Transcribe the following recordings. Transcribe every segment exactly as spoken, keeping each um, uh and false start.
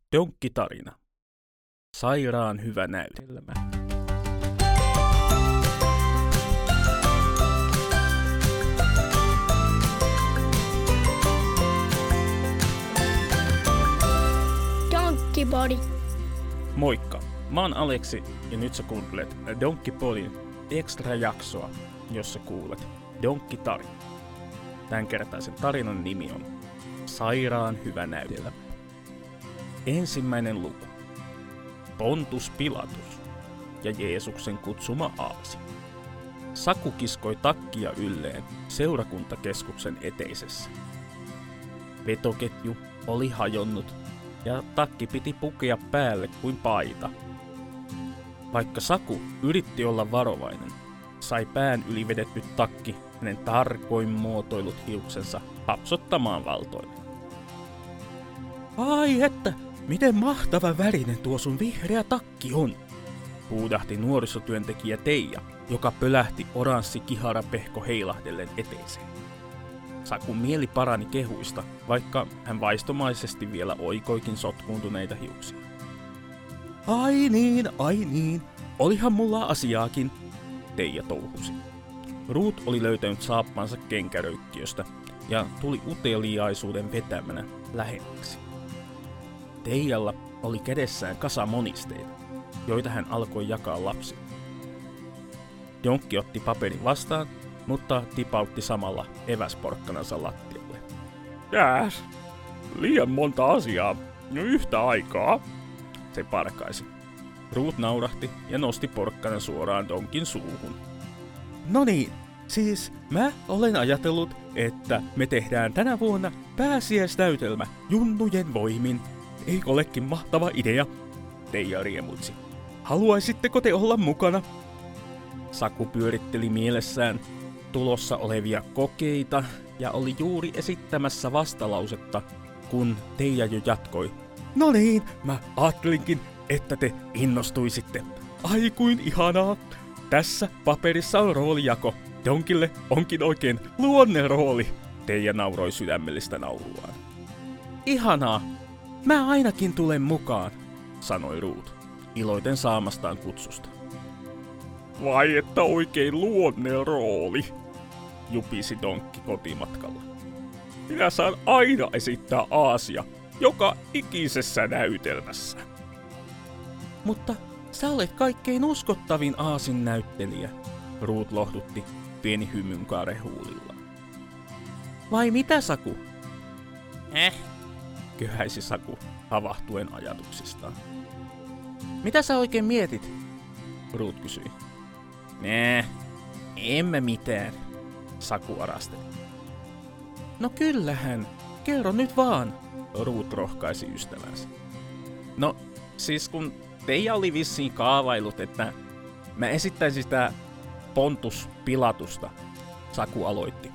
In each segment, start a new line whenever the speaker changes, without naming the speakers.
Donkkitarina. Sairaan hyvä näytelmä.
Donkey Body.
Moikka, mä oon Aleksi ja nyt sä kuuntelet Donkey Bodyn extra-jaksoa, jossa kuulet Donkkitarina. Tämänkertaisen tarinan nimi on Sairaan hyvä näytelmä. Ensimmäinen luku. Pontus Pilatus ja Jeesuksen kutsuma aasi. Saku kiskoi takkia ylleen seurakuntakeskuksen eteisessä. Vetoketju oli hajonnut ja takki piti pukea päälle kuin paita. Vaikka Saku yritti olla varovainen, sai pään yli vedetty takki hänen tarkoin muotoilut hiuksensa hapsottamaan valtoille. Ai että, miten mahtava värinen tuo sun vihreä takki on, huudahti nuorisotyöntekijä Teija, joka pölähti oranssi kiharapehko heilahdellen eteiseen. Sakun mieli parani kehuista, vaikka hän vaistomaisesti vielä oikoikin sotkuuntuneita hiuksia. Ai niin, ai niin, olihan mulla asiaakin, Teija touhusi. Ruut oli löytänyt saappansa kenkäröykkiöstä ja tuli uteliaisuuden vetämänä lähemmäksi. Teijalla oli kädessään kasa monisteita, joita hän alkoi jakaa lapsille. Donkki otti paperin vastaan, mutta tipautti samalla eväsporkkanansa lattialle. Jääs, liian monta asiaa, yhtä aikaa, se parkaisi. Ruut naurahti ja nosti porkkanan suoraan Donkin suuhun. No niin, siis mä olen ajatellut, että me tehdään tänä vuonna pääsiäisnäytelmä junnujen voimin. Eikö olekin mahtava idea? Teija riemutsi. Haluaisitteko te olla mukana? Saku pyöritteli mielessään tulossa olevia kokeita ja oli juuri esittämässä vastalausetta, kun Teija jo jatkoi. No niin, mä ajattelinkin, että te innostuisitte. Ai kuin ihanaa! Tässä paperissa on roolijako. Donkille onkin oikein luonnerooli. Teija nauroi sydämellistä nauruaan. Ihanaa! Mä ainakin tulen mukaan, sanoi Ruut, iloiten saamastaan kutsusta. Vai että oikein luonnerooli, jupisi Donkki kotimatkalla. Minä saan aina esittää aasia joka ikisessä näytelmässä. Mutta sä olet kaikkein uskottavin aasin näyttelijä, Ruut lohdutti pieni hymyn karehuulilla. Vai mitä, Saku? Eh? Köhäisi Saku havahtuen ajatuksistaan. Mitä sä oikein mietit? Ruut kysyi. Nää, en mä mitään, Saku arasteli. No kyllähän, kerro nyt vaan, Ruut rohkaisi ystävänsä. No, siis kun Teija oli vissiin kaavailut, että mä esittäisin sitä Pontus Pilatusta, Saku aloitti.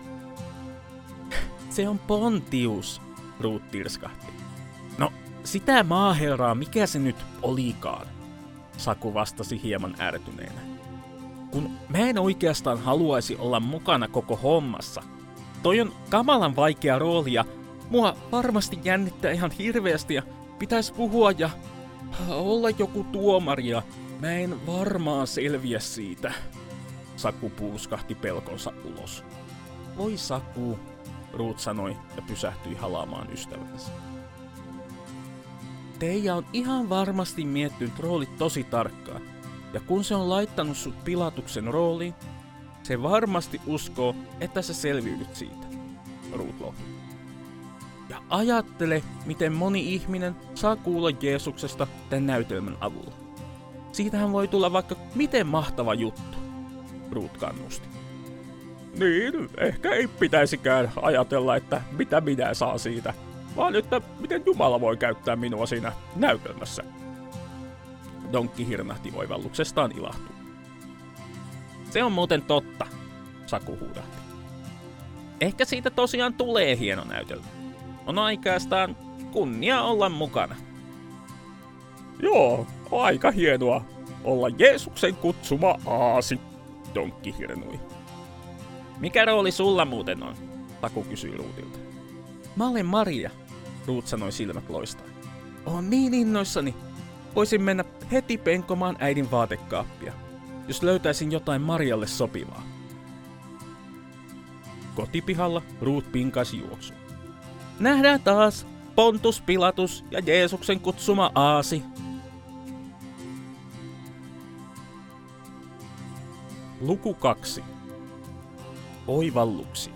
Se on Pontius, Ruut tirskahti. No, sitä maaherraa, mikä se nyt olikaan, Saku vastasi hieman ärtyneenä. Kun mä en oikeastaan haluaisi olla mukana koko hommassa. Toi on kamalan vaikea rooli ja mua varmasti jännittää ihan hirveästi ja pitäisi puhua ja olla joku tuomari ja mä en varmaan selviä siitä. Saku pulskahti pelkonsa ulos. Voi Saku, Ruut sanoi ja pysähtyi halaamaan ystävänsä. Teija on ihan varmasti miettinyt roolit tosi tarkkaan, ja kun se on laittanut sut Pilatuksen rooliin, se varmasti uskoo, että sä selviydyt siitä, Ruut lohdutti. Ja ajattele, miten moni ihminen saa kuulla Jeesuksesta tämän näytelmän avulla. Siitähän voi tulla vaikka miten mahtava juttu, Ruut kannusti. Niin, ehkä ei pitäisikään ajatella, että mitä minä saa siitä, vaan että miten Jumala voi käyttää minua siinä näytelmässä. Donkki hirnahti oivalluksestaan ilahtua. Se on muuten totta, Saku huudahti. Ehkä siitä tosiaan tulee hieno näytelmä. On oikeastaan kunnia olla mukana. Joo, aika hienoa olla Jeesuksen kutsuma aasi, Donkki hirnui. Mikä rooli sulla muuten on? Saku kysyi Ruutilta. Mä olen Maria, Ruut sanoi silmät loistaen. Oon niin innoissani. Voisin mennä heti penkomaan äidin vaatekaappia, jos löytäisin jotain Marialle sopivaa. Kotipihalla Ruut pinkaisi juoksuun. Nähdään taas Pontus Pilatus ja Jeesuksen kutsuma aasi. Luku kaksi. Oivalluksia.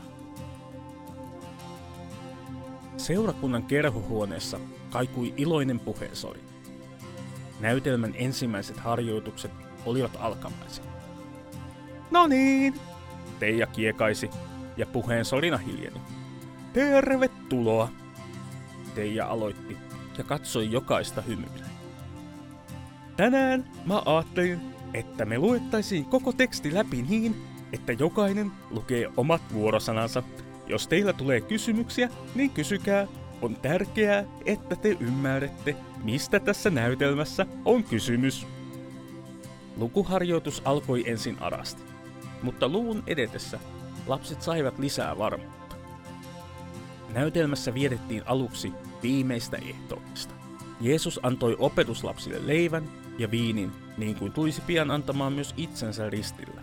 Seurakunnan kerhohuoneessa kaikui iloinen puheensori. Näytelmän ensimmäiset harjoitukset olivat alkamaisia. No niin, Teija kiekaisi ja puheensorina hiljeni. Tervetuloa, Teija aloitti ja katsoi jokaista hymyillen. Tänään mä ajattelin, että me luettaisiin koko teksti läpi niin, että jokainen lukee omat vuorosanansa. Jos teillä tulee kysymyksiä, niin kysykää. On tärkeää, että te ymmärrätte, mistä tässä näytelmässä on kysymys. Lukuharjoitus alkoi ensin arasti, mutta luvun edetessä lapset saivat lisää varmuutta. Näytelmässä vietettiin aluksi viimeistä ehtoollista. Jeesus antoi opetuslapsille leivän ja viinin, niin kuin tulisi pian antamaan myös itsensä ristillä.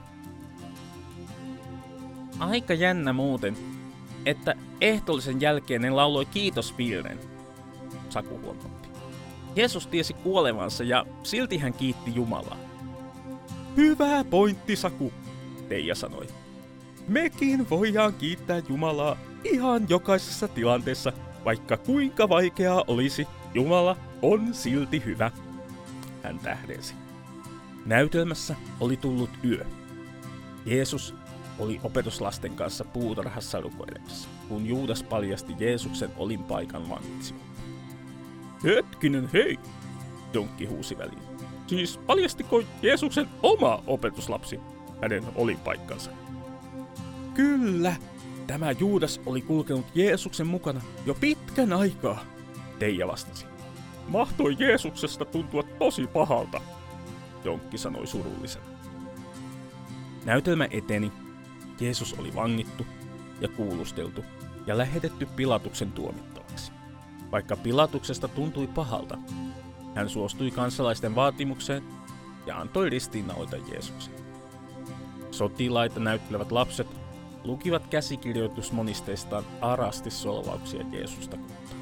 Aika jännä muuten, että ehtoollisen jälkeen ne lauloi kiitosvirren, Saku huomautti. Jeesus tiesi kuolevansa ja silti hän kiitti Jumalaa. Hyvä pointti, Saku, Teija sanoi. Mekin voidaan kiittää Jumalaa ihan jokaisessa tilanteessa, vaikka kuinka vaikeaa olisi, Jumala on silti hyvä. Hän tähdensi. Näytelmässä oli tullut yö. Jeesus oli opetuslasten kanssa puutarhassa rukoilemassa, kun Juudas paljasti Jeesuksen olinpaikan vangitsijat. Hetkinen, hei! Donkki huusi väliin. Siis paljastiko Jeesuksen oma opetuslapsi hänen olinpaikkansa? Kyllä, tämä Juudas oli kulkenut Jeesuksen mukana jo pitkän aikaa, Teija vastasi. Mahtoi Jeesuksesta tuntua tosi pahalta, Donkki sanoi surullisena. Näytelmä eteni. Jeesus oli vangittu ja kuulusteltu ja lähetetty Pilatuksen tuomittavaksi. Vaikka Pilatuksesta tuntui pahalta, hän suostui kansalaisten vaatimukseen ja antoi ristiinnaulita Jeesuksen. Sotilaita näyttelevät lapset lukivat käsikirjoitusmonisteistaan arasti solvauksia Jeesusta kohtaan.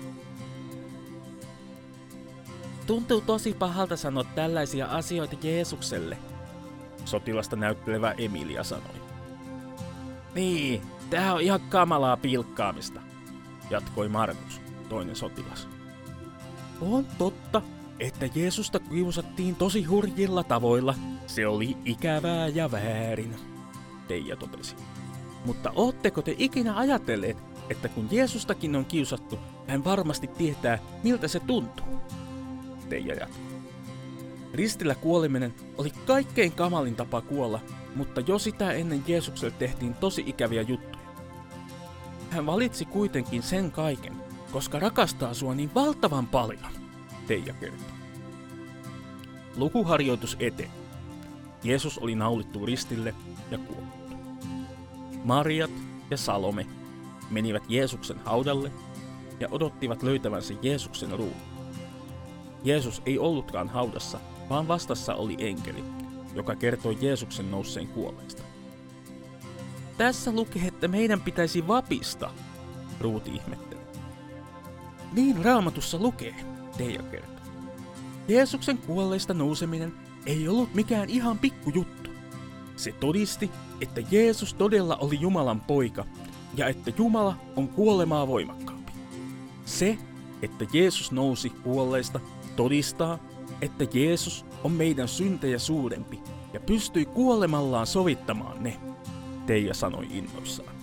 Tuntuu tosi pahalta sanoa tällaisia asioita Jeesukselle, sotilasta näyttelevä Emilia sanoi. Niin, tää on ihan kamalaa pilkkaamista, jatkoi Markus, toinen sotilas. On totta, että Jeesusta kiusattiin tosi hurjilla tavoilla. Se oli ikävää ja väärin, Teija totesi. Mutta ootteko te ikinä ajatelleet, että kun Jeesustakin on kiusattu, hän varmasti tietää, miltä se tuntuu? Teija jatkoi. Ristillä kuoleminen oli kaikkein kamalin tapa kuolla, mutta jo sitä ennen Jeesukselle tehtiin tosi ikäviä juttuja. Hän valitsi kuitenkin sen kaiken, koska rakastaa sua niin valtavan paljon, Teija kertoi. Lukuharjoitus eteni. Jeesus oli naulittu ristille ja kuollut. Mariat ja Salome menivät Jeesuksen haudalle ja odottivat löytävänsä Jeesuksen ruumiin. Jeesus ei ollutkaan haudassa, vaan vastassa oli enkeli, joka kertoi Jeesuksen nousseen kuolleista. Tässä lukee, että meidän pitäisi vapista, Ruuti ihmetteli. Niin Raamatussa lukee, Teija kertoi. Jeesuksen kuolleista nouseminen ei ollut mikään ihan pikkujuttu. Se todisti, että Jeesus todella oli Jumalan poika ja että Jumala on kuolemaa voimakkaampi. Se, että Jeesus nousi kuolleista, todistaa, että Jeesus on meidän syntejä suurempi ja pystyi kuolemallaan sovittamaan ne, Teija sanoi innoissaan.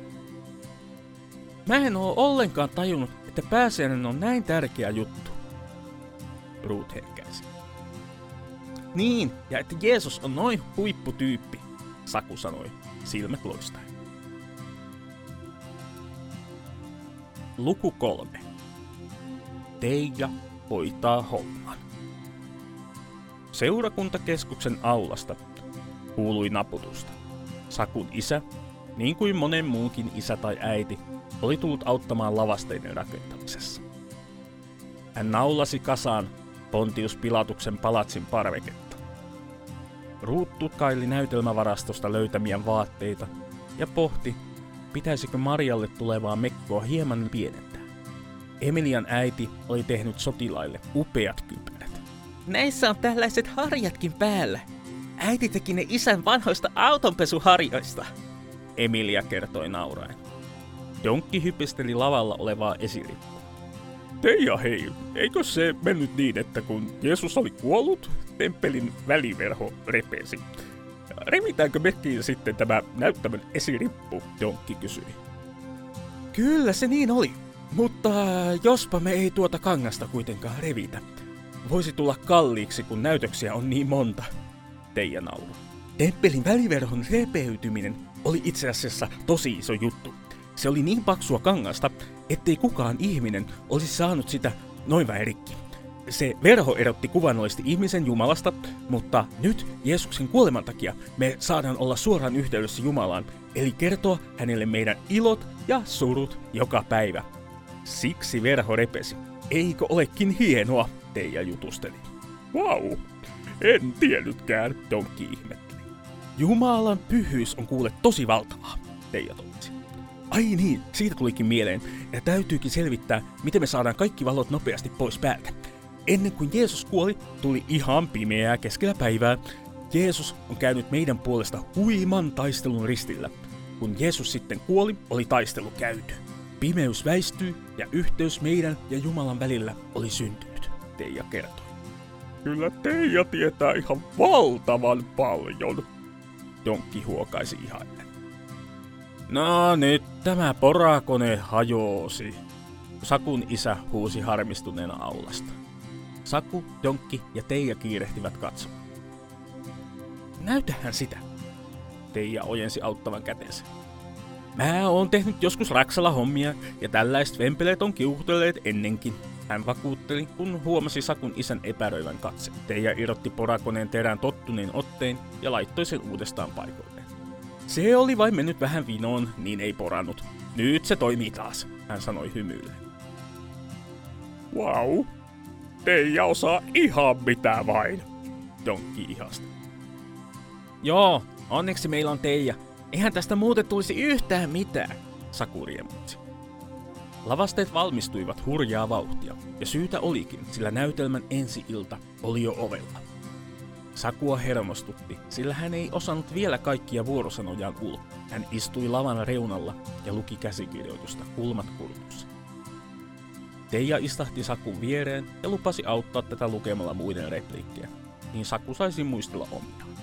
Mä en oo ollenkaan tajunnut, että pääsiäinen on näin tärkeä juttu, Ruut henkäisi. Niin, ja että Jeesus on noin huipputyyppi, Saku sanoi, silmät loistaen. Luku kolme. Teija hoitaa homman. Seurakuntakeskuksen aulasta kuului naputusta. Sakun isä, niin kuin monen muunkin isä tai äiti, oli tullut auttamaan lavasteiden rakentamisessa. Hän naulasi kasaan Pontius Pilatuksen palatsin parveketta. Ruut tutkaili näytelmävarastosta löytämiä vaatteita ja pohti, pitäisikö Marialle tulevaa mekkoa hieman pienentää. Emilian äiti oli tehnyt sotilaille upeat kypärät. Näissä on tällaiset harjatkin päällä. Äiti teki ne isän vanhoista autonpesuharjoista, Emilia kertoi nauraen. Donkki hypisteli lavalla olevaa esirippua. Teija hei, eikö se mennyt niin, että kun Jeesus oli kuollut, temppelin väliverho repesi? Revitäänkö mekin sitten tämä näyttämön esirippu, Donkki kysyi. Kyllä se niin oli, mutta jospa me ei tuota kangasta kuitenkaan revitä. Voisi tulla kalliiksi, kun näytöksiä on niin monta, Teija nauroi. Temppelin väliverhon repeytyminen oli itse asiassa tosi iso juttu. Se oli niin paksua kangasta, ettei kukaan ihminen olisi saanut sitä noin vähän rikki. Se verho erotti kuvannollisesti ihmisen Jumalasta, mutta nyt Jeesuksen kuoleman takia me saadaan olla suoraan yhteydessä Jumalaan, eli kertoa hänelle meidän ilot ja surut joka päivä. Siksi verho repesi. Eikö olekin hienoa, Teija jutusteli. Vau, wow, en tiennytkään, Donkki ihmetteli. Jumalan pyhyys on kuule tosi valtavaa, Teija totesi. Ai niin, siitä tulikin mieleen, ja täytyykin selvittää, miten me saadaan kaikki valot nopeasti pois päältä. Ennen kuin Jeesus kuoli, tuli ihan pimeää keskellä päivää. Jeesus on käynyt meidän puolesta huiman taistelun ristillä. Kun Jeesus sitten kuoli, oli taistelu käyty. Pimeys väistyi ja yhteys meidän ja Jumalan välillä oli syntynyt, Teija kertoi. Kyllä Teija tietää ihan valtavan paljon, Donkki huokaisi ihaillen. No nyt tämä porakone hajosi, Sakun isä huusi harmistuneena aulasta. Saku, Donkki ja Teija kiirehtivät katsomaan. Näytähän sitä, Teija ojensi auttavan kätensä. Mä oon tehnyt joskus Raksalla hommia ja tällaiset vempeleet on kiukutelleet ennenkin, hän vakuutteli, kun huomasi Sakun isän epäröivän katse. Teija irrotti porakoneen terän tottuneen otteen ja laittoi sen uudestaan paikoilleen. Se oli vain mennyt vähän vinoon, niin ei porannut. Nyt se toimii taas, hän sanoi hymyillen. Vau, wow. Teija osaa ihan mitä vain, Donkki ihasti. Joo, onneksi meillä on Teija. Eihän tästä muuten tulisi yhtään mitään, Saku riemuitsi. Lavasteet valmistuivat hurjaa vauhtia, ja syytä olikin, sillä näytelmän ensi-ilta oli jo ovella. Sakua hermostutti, sillä hän ei osannut vielä kaikkia vuorosanojaan ulkoa. Hän istui lavan reunalla ja luki käsikirjoitusta kulmat kurtussa. Teija istahti Sakun viereen ja lupasi auttaa tätä lukemalla muiden repliikkejä, niin Saku saisi muistella omiaan.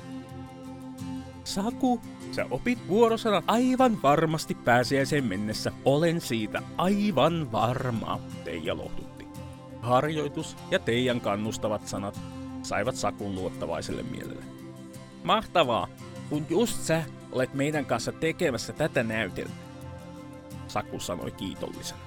Saku, sä opit vuorosanat aivan varmasti pääsiäiseen mennessä. Olen siitä aivan varma, Teija lohdutti. Harjoitus ja Teijan kannustavat sanat saivat Sakun luottavaiselle mielelle. Mahtavaa, kun just sä olet meidän kanssa tekemässä tätä näytelmää, Saku sanoi kiitollisena.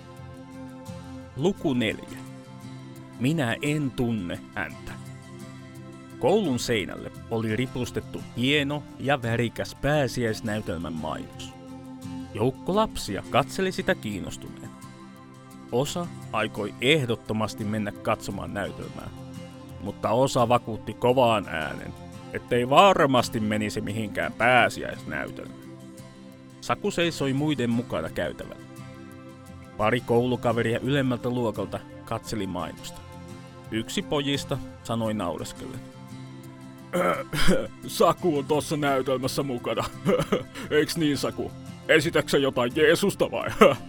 Luku neljä. Minä en tunne häntä. Koulun seinälle oli ripustettu hieno ja värikäs pääsiäisnäytelmän mainos. Joukko lapsia katseli sitä kiinnostuneena. Osa aikoi ehdottomasti mennä katsomaan näytelmää, mutta osa vakuutti kovaan äänen, ettei varmasti menisi mihinkään pääsiäisnäytelmään. Saku seisoi muiden mukana käytävällä. Pari koulukaveria ylemmältä luokalta katseli mainosta. Yksi pojista sanoi naureskellen. Saku on tossa näytelmässä mukana. Eiks niin, Saku? Esitäksä jotain Jeesusta vai?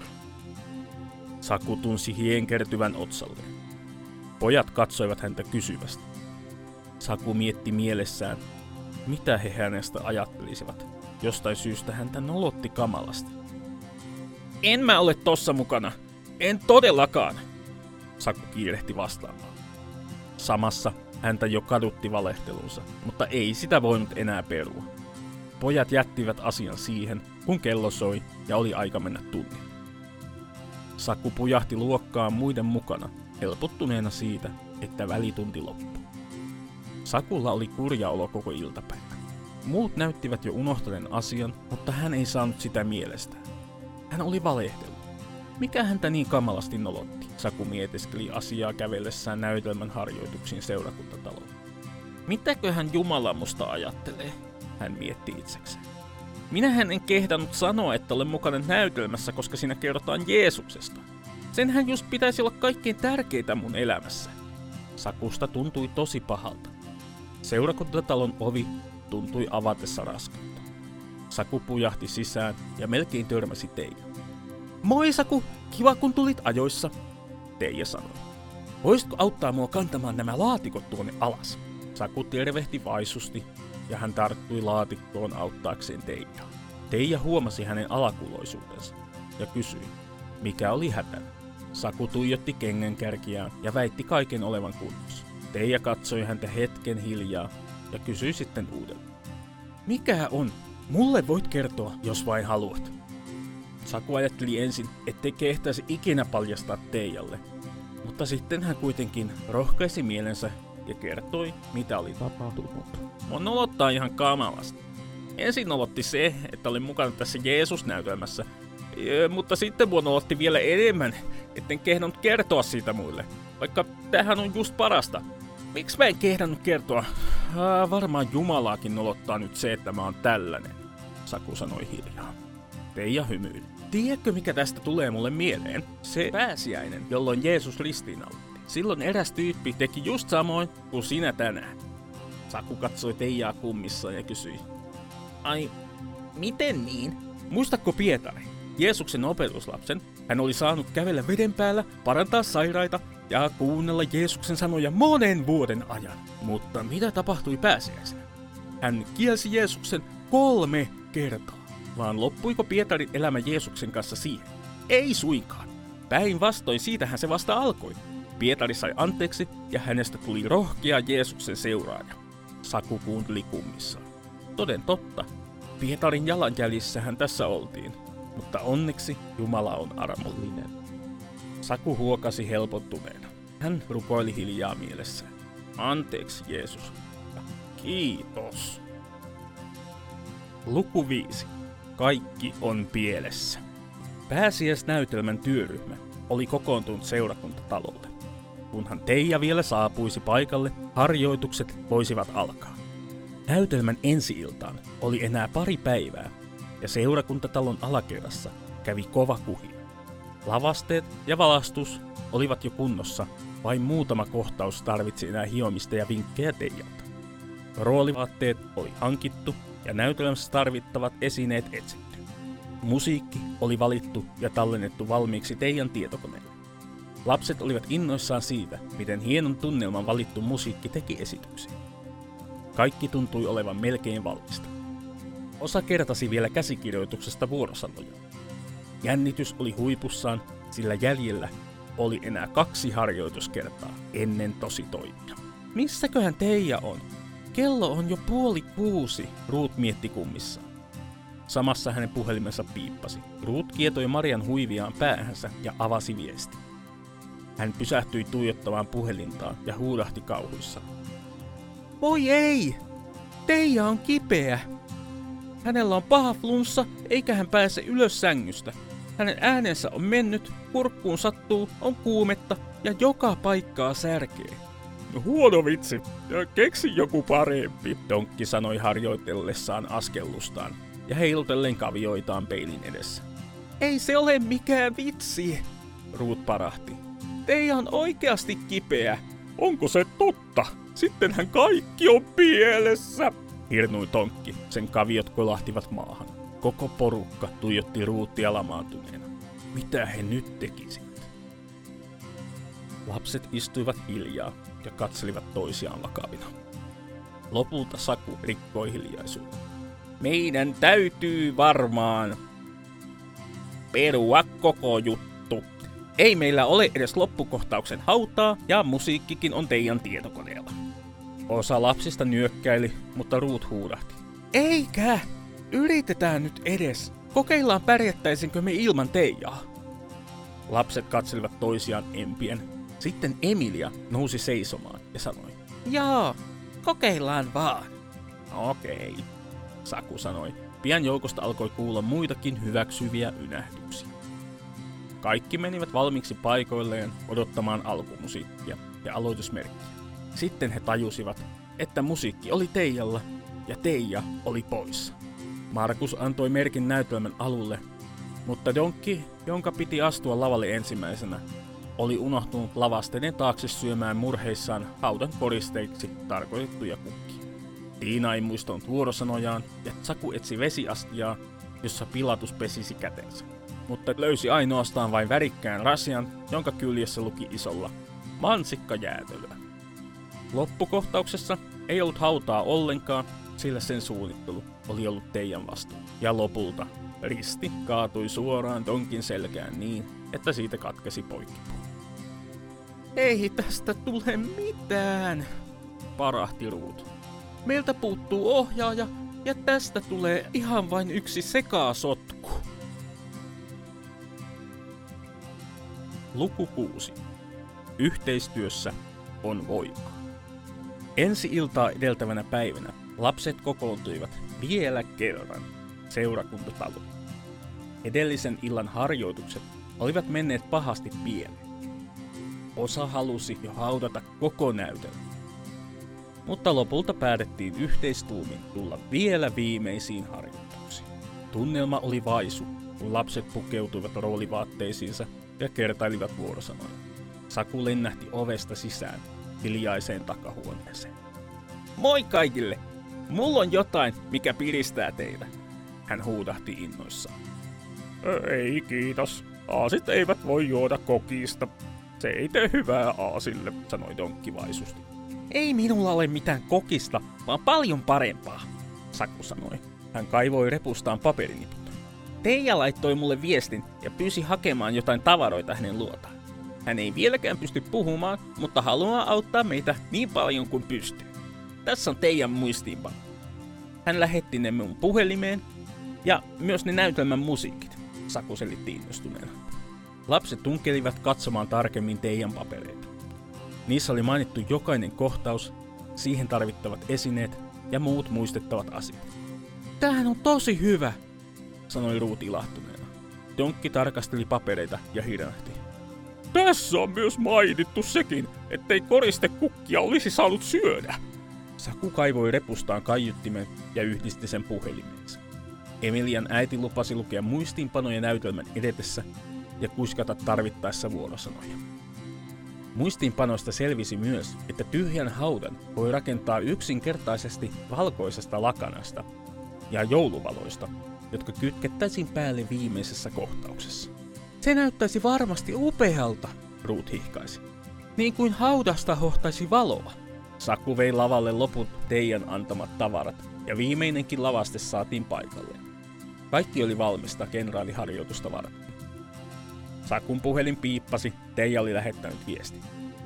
Saku tunsi hien kertyvän otsalleen. Pojat katsoivat häntä kysyvästi. Saku mietti mielessään, mitä he hänestä ajattelisivat. Jostain syystä häntä nolotti kamalasti. En mä ole tossa mukana. En todellakaan, Saku kiirehti vastaamaan. Samassa häntä jo kadutti valehtelunsa, mutta ei sitä voinut enää perua. Pojat jättivät asian siihen, kun kello soi ja oli aika mennä tunnille. Saku pujahti luokkaan muiden mukana, helpottuneena siitä, että välitunti loppui. Sakulla oli kurja olo koko iltapäivä. Muut näyttivät jo unohtaneen asian, mutta hän ei saanut sitä mielestään. Hän oli valehdellut. Mikä häntä niin kamalasti nolotti? Saku mietiskeli asiaa kävellessään näytelmän harjoituksiin seurakuntataloon. Mitäköhän Jumala musta ajattelee, hän mietti itsekseen. Minähän en kehdannut sanoa, että olen mukana näytelmässä, koska siinä kerrotaan Jeesuksesta. Senhän just pitäisi olla kaikkein tärkeintä mun elämässä. Sakusta tuntui tosi pahalta. Seurakuntatalon ovi tuntui avatessa raskautta. Saku pujahti sisään ja melkein törmäsi Teija. Moi Saku, kiva kun tulit ajoissa, Teija sanoi. Voisitko auttaa mua kantamaan nämä laatikot tuonne alas? Saku tervehti vaisusti ja hän tarttui laatikkoon auttaakseen Teijaa. Teija huomasi hänen alakuloisuutensa ja kysyi, mikä oli hätänä. Saku tuijotti kengänkärkiään ja väitti kaiken olevan kunnossa. Teija katsoi häntä hetken hiljaa ja kysyi sitten uudelleen. Mikä on? Mulle voit kertoa, jos vain haluat. Saku ajatteli ensin, ettei kehtäisi ikinä paljastaa Teijalle, mutta sitten hän kuitenkin rohkaisi mielensä ja kertoi, mitä oli tapahtunut. Mua nolottaa ihan kamalasti. Ensin nolotti se, että olin mukana tässä Jeesus-näytelmässä, mutta sitten mua nolotti vielä enemmän, etten kehdannut kertoa siitä muille, vaikka tämähän on just parasta. Miksi mä en kehdannut kertoa? Ää, varmaan Jumalaakin nolottaa nyt se, että mä oon tällainen, Saku sanoi hiljaa. Teija hymyili. Tiedätkö, mikä tästä tulee mulle mieleen? Se pääsiäinen, jolloin Jeesus ristiinnaulitti. Silloin eräs tyyppi teki just samoin kuin sinä tänään. Saku katsoi Teijaa kummissaan ja kysyi. Ai, miten niin? Muistatko Pietari, Jeesuksen opetuslapsen? Hän oli saanut kävellä veden päällä, parantaa sairaita ja kuunnella Jeesuksen sanoja monen vuoden ajan. Mutta mitä tapahtui pääsiäisenä? Hän kielsi Jeesuksen kolme kertaa. Vaan loppuiko Pietarin elämä Jeesuksen kanssa siihen? Ei suinkaan. Päinvastoin siitähän se vasta alkoi. Pietari sai anteeksi ja hänestä tuli rohkea Jeesuksen seuraaja. Saku kuunteli kummissaan. Toden totta, Pietarin jalanjäljissähän tässä oltiin, mutta onneksi Jumala on armollinen. Saku huokasi helpottuneena. Hän rukoili hiljaa mielessään. Anteeksi Jeesus. Kiitos. Luku viisi. Kaikki on pielessä. Pääsiäisnäytelmän työryhmä oli kokoontunut seurakuntatalolle. Kunhan Teija vielä saapuisi paikalle, harjoitukset voisivat alkaa. Näytelmän ensi-iltaan oli enää pari päivää, ja seurakuntatalon alakerrassa kävi kova kuhina. Lavasteet ja valastus olivat jo kunnossa, vain muutama kohtaus tarvitsi enää hiomista ja vinkkejä Teijalta. Roolivaatteet oli hankittu ja näytelmässä tarvittavat esineet etsitty. Musiikki oli valittu ja tallennettu valmiiksi Teijan tietokoneelle. Lapset olivat innoissaan siitä, miten hienon tunnelman valittu musiikki teki esityksiä. Kaikki tuntui olevan melkein valmista. Osa kertasi vielä käsikirjoituksesta vuorosanoja. Jännitys oli huipussaan, sillä jäljellä oli enää kaksi harjoituskertaa ennen tositoimia. Missäköhän Teija on? Kello on jo puoli kuusi, Ruut mietti kummissaan. Samassa hänen puhelimensa piippasi. Ruut kietoi Marian huiviaan päähänsä ja avasi viesti. Hän pysähtyi tuijottamaan puhelintaan ja huudahti kauhuissa. Voi ei! Teija on kipeä! Hänellä on paha flunssa, eikä hän pääse ylös sängystä. Hänen äänensä on mennyt, kurkkuun sattuu, on kuumetta ja joka paikkaa särkee. Huono vitsi, keksi joku parempi, Donkki sanoi harjoitellessaan askellustaan ja heilutellen kavioitaan peilin edessä. Ei se ole mikään vitsi, Ruut parahti. Teija on oikeasti kipeä. Onko se totta? Sittenhän kaikki on pielessä, hirnui Tonkki. Sen kaviot kolahtivat maahan. Koko porukka tuijotti Ruuttia lamaantuneena. Mitä he nyt tekisivät? Lapset istuivat hiljaa ja katselivat toisiaan vakavina. Lopulta Saku rikkoi hiljaisuutta. Meidän täytyy varmaan perua koko juttu. Ei meillä ole edes loppukohtauksen hautaa ja musiikkikin on Teijan tietokoneella. Osa lapsista nyökkäili, mutta Ruut huudahti. Eikä! Yritetään nyt edes. Kokeillaan pärjättäisinkö me ilman Teijaa. Lapset katselivat toisiaan empien. Sitten Emilia nousi seisomaan ja sanoi. Jaa, kokeillaan vaan. Okei, Saku sanoi. Pian joukosta alkoi kuulla muitakin hyväksyviä ynähdyksiä. Kaikki menivät valmiiksi paikoilleen odottamaan alkumusiikkia ja aloitusmerkkiä. Sitten he tajusivat, että musiikki oli Teijalla ja Teija oli poissa. Markus antoi merkin näytelmän alulle, mutta Donkki, jonka piti astua lavalle ensimmäisenä, oli unohtunut lavasteiden taakse syömään murheissaan haudan koristeiksi tarkoitettuja kukkia. Tiina ei muistanut vuorosanojaan ja Saku etsi vesiastiaa, jossa Pilatus pesisi kätensä, mutta löysi ainoastaan vain värikkään rasian, jonka kyljessä luki isolla mansikka jäätelöä. Loppukohtauksessa ei ollut hautaa ollenkaan, sillä sen suunnittelu oli ollut Teijan vastuulla. Ja lopulta risti kaatui suoraan Donkin selkään niin, että siitä katkesi poikkipuu. Ei tästä tule mitään, parahti Ruut. Meiltä puuttuu ohjaaja ja tästä tulee ihan vain yksi sekasotku. Luku kuusi. Yhteistyössä on voimaa. Ensi iltaa edeltävänä päivänä lapset kokoontuivat vielä kerran seurakuntataloon. Edellisen illan harjoitukset olivat menneet pahasti pieleen. Osa halusi jo haudata koko näytelmän. Mutta lopulta päätettiin yhteistuumin tulla vielä viimeisiin harjoituksiin. Tunnelma oli vaisu, kun lapset pukeutuivat roolivaatteisiinsa ja kertailivat vuorosanoja. Saku lennähti ovesta sisään hiljaiseen takahuoneeseen. Moi kaikille! Mulla on jotain, mikä piristää teitä, hän huudahti innoissaan. Ei kiitos, aasit eivät voi juoda kokista. Se ei tee hyvää aasille, sanoi Donkki vaisusti. Ei minulla ole mitään kokista, vaan paljon parempaa, Saku sanoi. Hän kaivoi repustaan paperiniput. Teija laittoi mulle viestin ja pyysi hakemaan jotain tavaroita hänen luotaan. Hän ei vieläkään pysty puhumaan, mutta haluaa auttaa meitä niin paljon kuin pystyy. Tässä on Teijan muistiinpano. Hän lähetti ne mun puhelimeen ja myös ne näytelmän musiikit, Saku selitti innostuneena. Lapset tunkelivat katsomaan tarkemmin Teijan papereita. Niissä oli mainittu jokainen kohtaus, siihen tarvittavat esineet ja muut muistettavat asiat. Tämähän on tosi hyvä, sanoi Ruut ilahtuneena. Donkki tarkasteli papereita ja hirnahti. Tässä on myös mainittu sekin, ettei koristekukkia olisi saanut syödä. Saku kaivoi repustaan kaiuttimen ja yhdisti sen puhelimeensa. Emilian äiti lupasi lukea muistiinpanoja näytelmän edetessä ja kuiskata tarvittaessa vuorosanoja. Muistiinpanoista selvisi myös, että tyhjän haudan voi rakentaa yksinkertaisesti valkoisesta lakanasta ja jouluvaloista, jotka kytkettäisiin päälle viimeisessä kohtauksessa. Se näyttäisi varmasti upealta, Ruut hihkaisi. Niin kuin haudasta hohtaisi valoa. Saku vei lavalle loput Teijan antamat tavarat ja viimeinenkin lavaste saatiin paikalleen. Kaikki oli valmista kenraaliharjoitusta varten. Sakun puhelin piippasi, Teija oli lähettänyt viesti.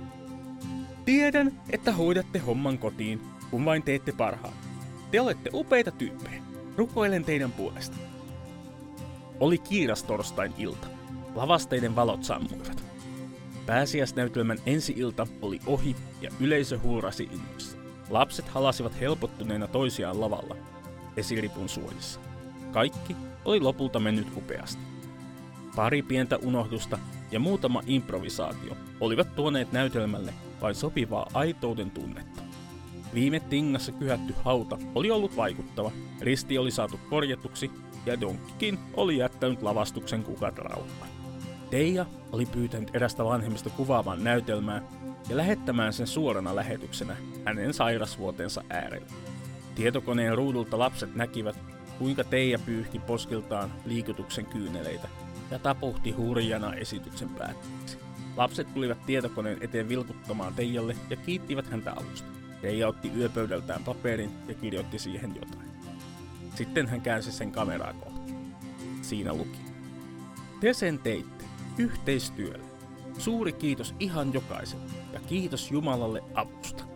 Tiedän, että hoidatte homman kotiin, kun vain teette parhaan. Te olette upeita tyyppejä. Rukoilen teidän puolesta. Oli kiiras torstain ilta. Lavasteiden valot sammuivat. Pääsiäisnäytelmän ensi-ilta oli ohi ja yleisö huurasi innoissa. Lapset halasivat helpottuneena toisiaan lavalla, esiripun suojissa. Kaikki oli lopulta mennyt upeasti. Pari pientä unohdusta ja muutama improvisaatio olivat tuoneet näytelmälle vain sopivaa aitouden tunnetta. Viime tingassa kyhätty hauta oli ollut vaikuttava, risti oli saatu korjatuksi ja Donkkikin oli jättänyt lavastuksen kukat rauhaan. Teija oli pyytänyt erästä vanhemmista kuvaamaan näytelmää ja lähettämään sen suorana lähetyksenä hänen sairasvuotensa äärellä. Tietokoneen ruudulta lapset näkivät, kuinka Teija pyyhki poskiltaan liikutuksen kyyneleitä ja tapuhti hurjana esityksen päätteeksi. Lapset tulivat tietokoneen eteen vilkuttamaan Teijalle ja kiittivät häntä avusta. Teija otti yöpöydältään paperin ja kirjoitti siihen jotain. Sitten hän käänsi sen kameraa kohti. Siinä luki. Te sen teitte. Yhteistyöllä. Suuri kiitos ihan jokaiselle ja kiitos Jumalalle avusta.